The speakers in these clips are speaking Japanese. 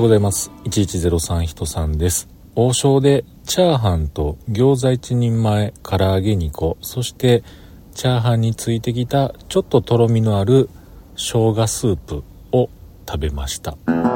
ようございます。1103人さんです。王将でチャーハンと餃子1人前、唐揚げ2個、そしてチャーハンについてきたちょっととろみのある生姜スープを食べました。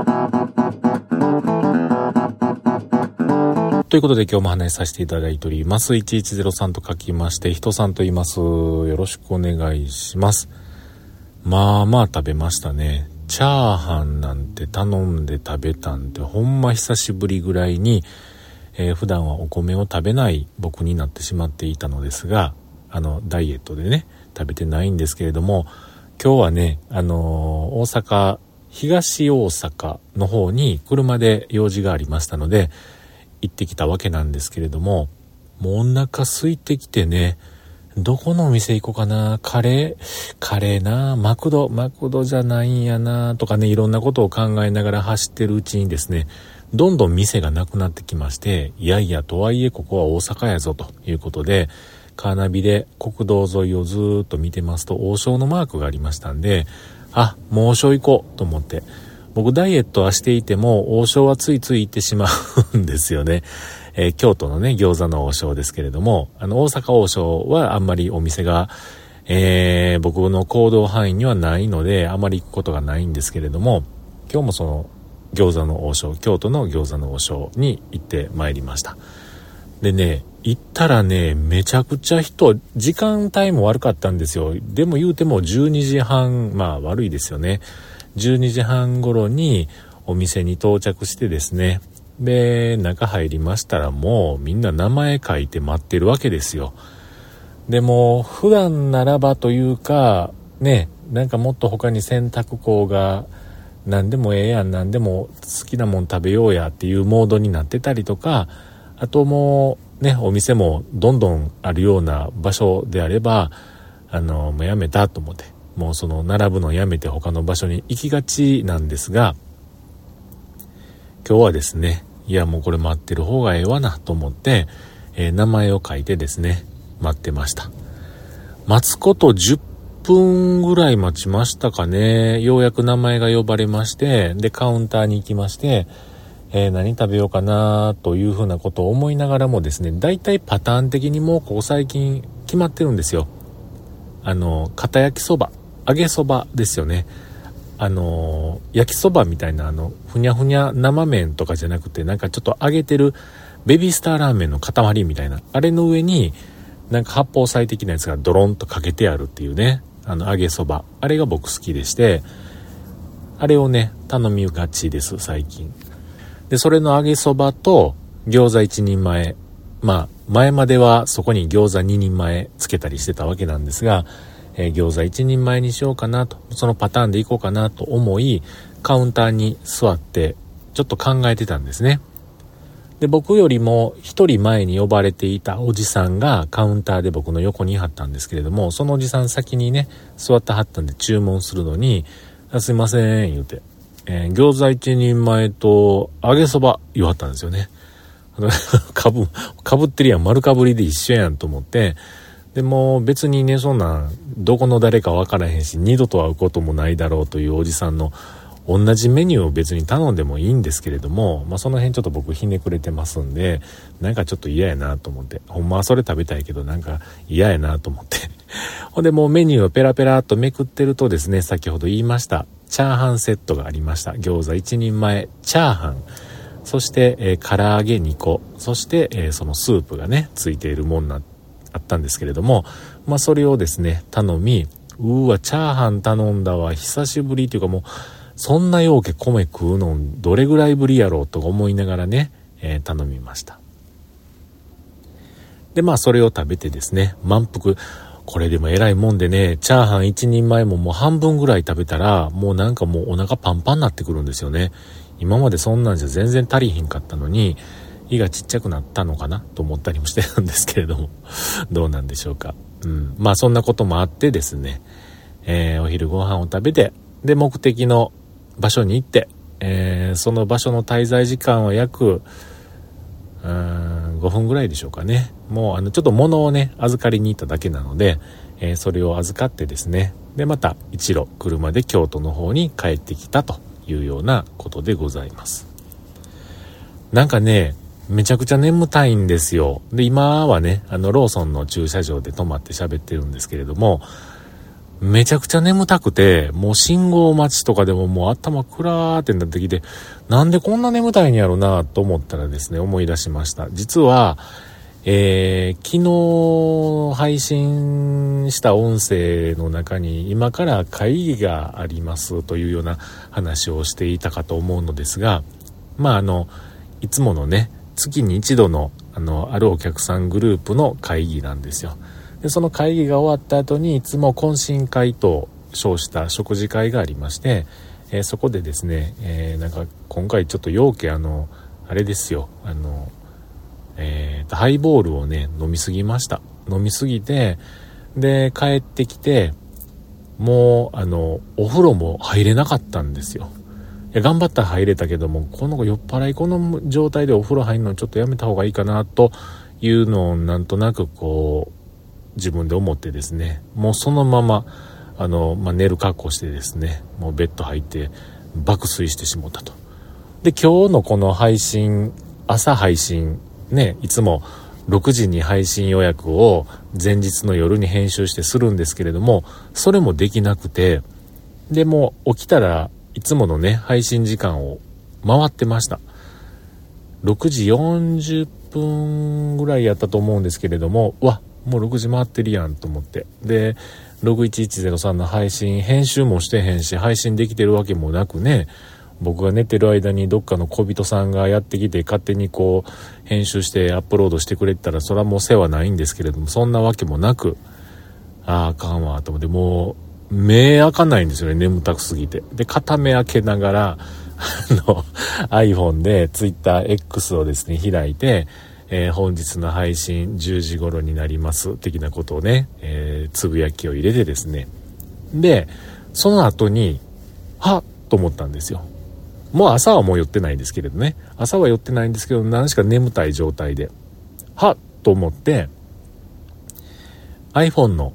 ということで今日も話させていただいております。1103と書きまして人さんと言います。よろしくお願いします。まあまあ食べましたね。チャーハンなんて頼んで食べたんてほんま久しぶりぐらいに、普段はお米を食べない僕になってしまっていたのですが、ダイエットでね食べてないんですけれども、今日はね大阪東大阪の方に車で用事がありましたので行ってきたわけなんですけれども、もうお腹空いてきてね、どこのお店行こうかな、カレーな、マクドじゃないんやなとかね、いろんなことを考えながら走ってるうちにですね、どんどん店がなくなってきまして、いやいやとはいえここは大阪やぞということで、カーナビで国道沿いをずーっと見てますと王将のマークがありましたんで、もう王将行こうと思って、僕ダイエットはしていても王将はついつい行ってしまうんですよね。京都のね餃子の王将ですけれども、大阪王将はあんまりお店が、僕の行動範囲にはないのであまり行くことがないんですけれども、今日もその餃子の王将、京都の餃子の王将に行ってまいりました。でね、行ったらねめちゃくちゃ時間帯も悪かったんですよ。でも言うても12時半、まあ悪いですよね。12時半頃にお店に到着してですね、で中入りましたらもうみんな名前書いて待ってるわけですよ。でも普段ならばというかね、なんかもっと他に洗濯口が何でもええやん、何でも好きなもん食べようやっていうモードになってたりとか、あともうねお店もどんどんあるような場所であればもうやめたと思って、もうその並ぶのやめて他の場所に行きがちなんですが、今日はですね、いやもうこれ待ってる方がええわなと思って、名前を書いてですね待ってました。待つこと10分ぐらい待ちましたかね。ようやく名前が呼ばれまして、でカウンターに行きまして、何食べようかなというふうなことを思いながらもですね、だいたいパターン的にもうここ最近決まってるんですよ。片焼きそば、揚げそばですよね。焼きそばみたいなふにゃふにゃ生麺とかじゃなくて、なんかちょっと揚げてるベビースターラーメンの塊みたいな、あれの上になんか八宝菜的なやつがドロンとかけてあるっていうね、揚げそば、あれが僕好きでして、あれをね頼みがちです最近。でそれの揚げそばと餃子1人前、まあ前まではそこに餃子2人前つけたりしてたわけなんですが、餃子1人前にしようかなと、そのパターンでいこうかなと思い、カウンターに座ってちょっと考えてたんですね。で僕よりも一人前に呼ばれていたおじさんがカウンターで僕の横にいはったんですけれども、そのおじさん先にね座ってはったんで注文するのに、すいません言うて、餃子1人前と揚げそば言わはったんですよね。かぶってるやん、丸かぶりで一緒やんと思って、でも別にねそんなどこの誰か分からへんし二度と会うこともないだろうというおじさんの同じメニューを別に頼んでもいいんですけれども、その辺ちょっと僕ひねくれてますんで、なんかちょっと嫌やなと思って、ほんまはそれ食べたいけどなんか嫌やなと思ってほんでもうメニューをペラペラっとめくってるとですね、先ほど言いましたチャーハンセットがありました。餃子1人前、チャーハン、そして、唐揚げ2個、そして、そのスープがねついているものあったんですけれども、それをですね頼み、チャーハン頼んだわ久しぶりというか、もうそんなようけ米食うのどれぐらいぶりやろうと思いながらね、頼みました。でそれを食べてですね満腹。これでも偉いもんでね、チャーハン1人前ももう半分ぐらい食べたらもうなんかもうお腹パンパンになってくるんですよね。今までそんなんじゃ全然足りひんかったのに胃がちっちゃくなったのかなと思ったりもしてるんですけれどもどうなんでしょうか。そんなこともあってですね、お昼ご飯を食べて、で目的の場所に行って、その場所の滞在時間は約5分ぐらいでしょうかね。もうちょっと物をね預かりに行っただけなので、それを預かってですね、でまた一路車で京都の方に帰ってきたというようなことでございます。 なんかね、めちゃくちゃ眠たいんですよ。で、今はね、ローソンの駐車場で泊まって喋ってるんですけれども、めちゃくちゃ眠たくて、もう信号待ちとかでももう頭クラーってなってきて、なんでこんな眠たいんやろなと思ったらですね、思い出しました。実は、昨日配信した音声の中に今から会議がありますというような話をしていたかと思うのですが、いつものね、月に一度のあるお客さんグループの会議なんですよ。でその会議が終わった後にいつも懇親会と称した食事会がありまして、そこでですね、なんか今回ちょっと陽気あれですよ、ハイボールをね飲みすぎました。飲みすぎて、で帰ってきて、もうお風呂も入れなかったんですよ。いや頑張ったら入れたけども、この子酔っ払いこの状態でお風呂入るのちょっとやめた方がいいかなというのをなんとなくこう自分で思ってですね、もうそのまま寝る格好してですね、もうベッド入って爆睡してしまったと。で今日のこの配信、朝配信ね、いつも6時に配信予約を前日の夜に編集してするんですけれども、それもできなくて、でもう起きたらいつものね配信時間を回ってました。6時40分ぐらいやったと思うんですけれども、もう6時回ってるやんと思って、で61103の配信編集もしてへんし、配信できてるわけもなくね、僕が寝てる間にどっかの小人さんがやってきて勝手にこう編集してアップロードしてくれたらそれはもう世話ないんですけれども、そんなわけもなく、あかんわと思って、もう目開かないんですよね、眠たくすぎて。で片目開けながらiPhone で TwitterX をですね開いて、本日の配信10時頃になります的なことをね、つぶやきを入れてですね、でその後にはっと思ったんですよ。もう朝はもう寄ってないんですけれどね、朝は寄ってないんですけど、何しか眠たい状態ではっと思って、 iPhone の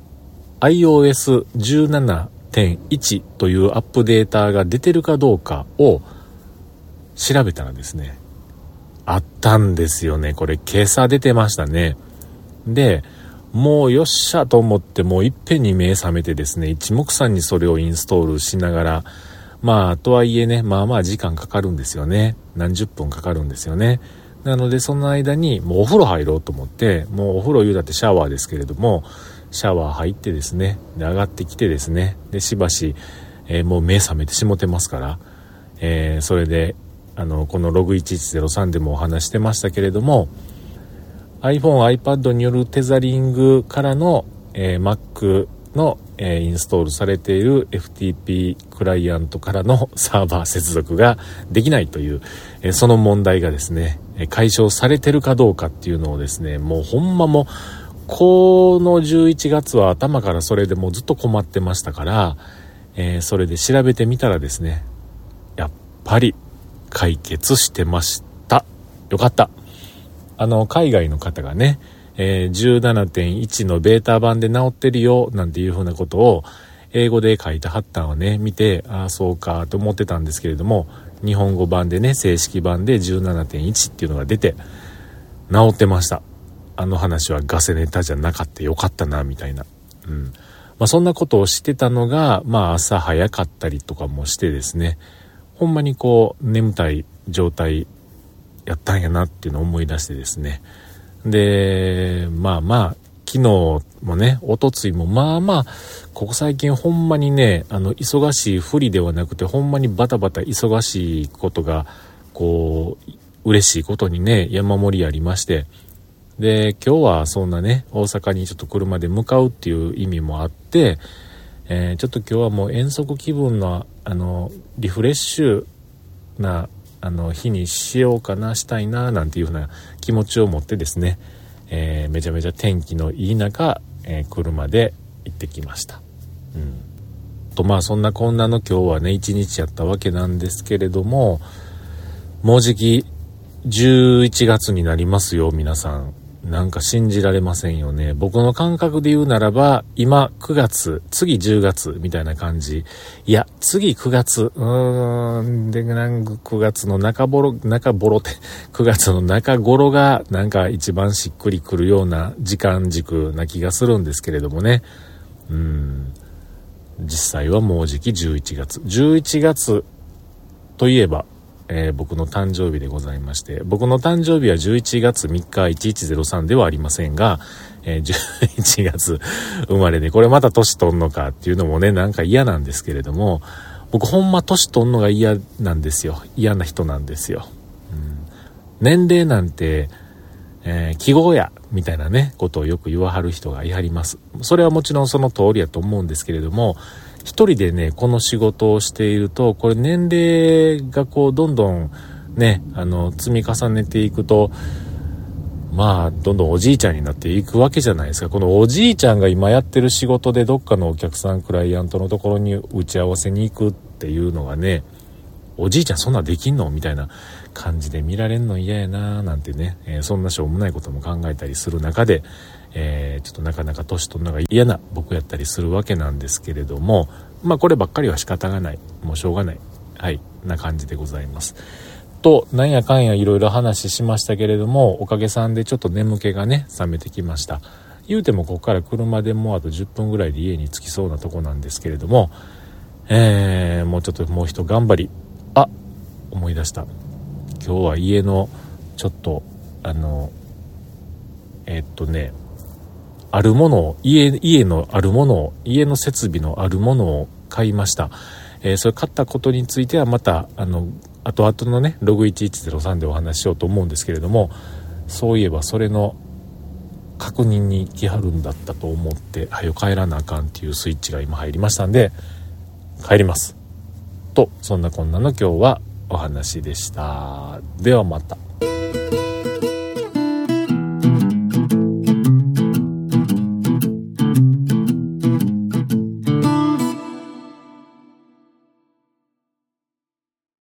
iOS17.1 というアップデータが出てるかどうかを調べたらですね、あったんですよね。これ今朝出てましたね。でもうよっしゃと思って、もういっぺんに目覚めてですね、一目散にそれをインストールしながら、とはいえね、時間かかるんですよね。何十分かかるんですよね。なのでその間にもうお風呂入ろうと思って、もうお風呂言うだってシャワーですけれども、シャワー入ってですね、で上がってきてですね、でしばし、もう目覚めてしもてますから、それでこのログ1103でもお話してましたけれども、 iPhone、iPad によるテザリングからの、Mac の、インストールされている FTP クライアントからのサーバー接続ができないという、その問題がですね、解消されてるかどうかっていうのをですね、もうほんまもうこの11月は頭からそれでもうずっと困ってましたから、それで調べてみたらですね、やっぱり解決してました。よかった。海外の方がね、17.1 のベータ版で直ってるよなんていうふうなことを英語で書いたはったんをね見て、そうかと思ってたんですけれども、日本語版でね、正式版で 17.1 っていうのが出て直ってました。話はガセネタじゃなかったよかったなみたいな、そんなことをしてたのが、朝早かったりとかもしてですね、ほんまにこう眠たい状態やったんやなっていうのを思い出してですね、で昨日もね、おとついもここ最近ほんまにね、忙しい不利ではなくて、ほんまにバタバタ忙しいことがこう嬉しいことにね山盛りありまして、で今日はそんなね大阪にちょっと車で向かうっていう意味もあって、ちょっと今日はもう遠足気分のリフレッシュな日にしようかな、したいななんていうふうな気持ちを持ってですね、めちゃめちゃ天気のいい中、車で行ってきました。そんなこんなの今日はね一日やったわけなんですけれども、もうじき11月になりますよ皆さんなんか信じられませんよね。僕の感覚で言うならば、今9月、次10月みたいな感じ。いや、次9月、で、9月の中頃って、9月の中頃がなんか一番しっくりくるような時間軸な気がするんですけれどもね。実際はもうじき11月。11月といえば、僕の誕生日でございまして、僕の誕生日は11月3日1103ではありませんが、11月生まれで、これまた年取んのかっていうのもね、なんか嫌なんですけれども、僕ほんま年取んのが嫌なんですよ。嫌な人なんですよ。年齢なんて、記号やみたいなねことをよく言わはる人がいはります。それはもちろんその通りやと思うんですけれども、一人でねこの仕事をしていると、これ年齢がこうどんどんね積み重ねていくと、まあどんどんおじいちゃんになっていくわけじゃないですか。このおじいちゃんが今やってる仕事でどっかのお客さんクライアントのところに打ち合わせに行くっていうのがね、おじいちゃんそんなできんのみたいな感じで見られんの嫌やななんてね、そんなしょうもないことも考えたりする中で、ちょっとなかなか年取るのが嫌な僕やったりするわけなんですけれども、まあこればっかりは仕方がない、もうしょうがない、はいな感じでございますと、なんやかんやいろいろ話しましたけれども、おかげさんでちょっと眠気がね覚めてきました。言うてもここから車でもうあと10分ぐらいで家に着きそうなとこなんですけれども、もうちょっともう一頑張り、思い出した。今日は家のちょっとあるものを家のあるものを家の設備のあるものを買いました。それ買ったことについてはまた後々のねログ1103でお話ししようと思うんですけれども、そういえばそれの確認に来はるんだったと思って、はよ帰らなあかんっていうスイッチが今入りましたんで帰りますと、そんなこんなの今日はお話でした。ではまた。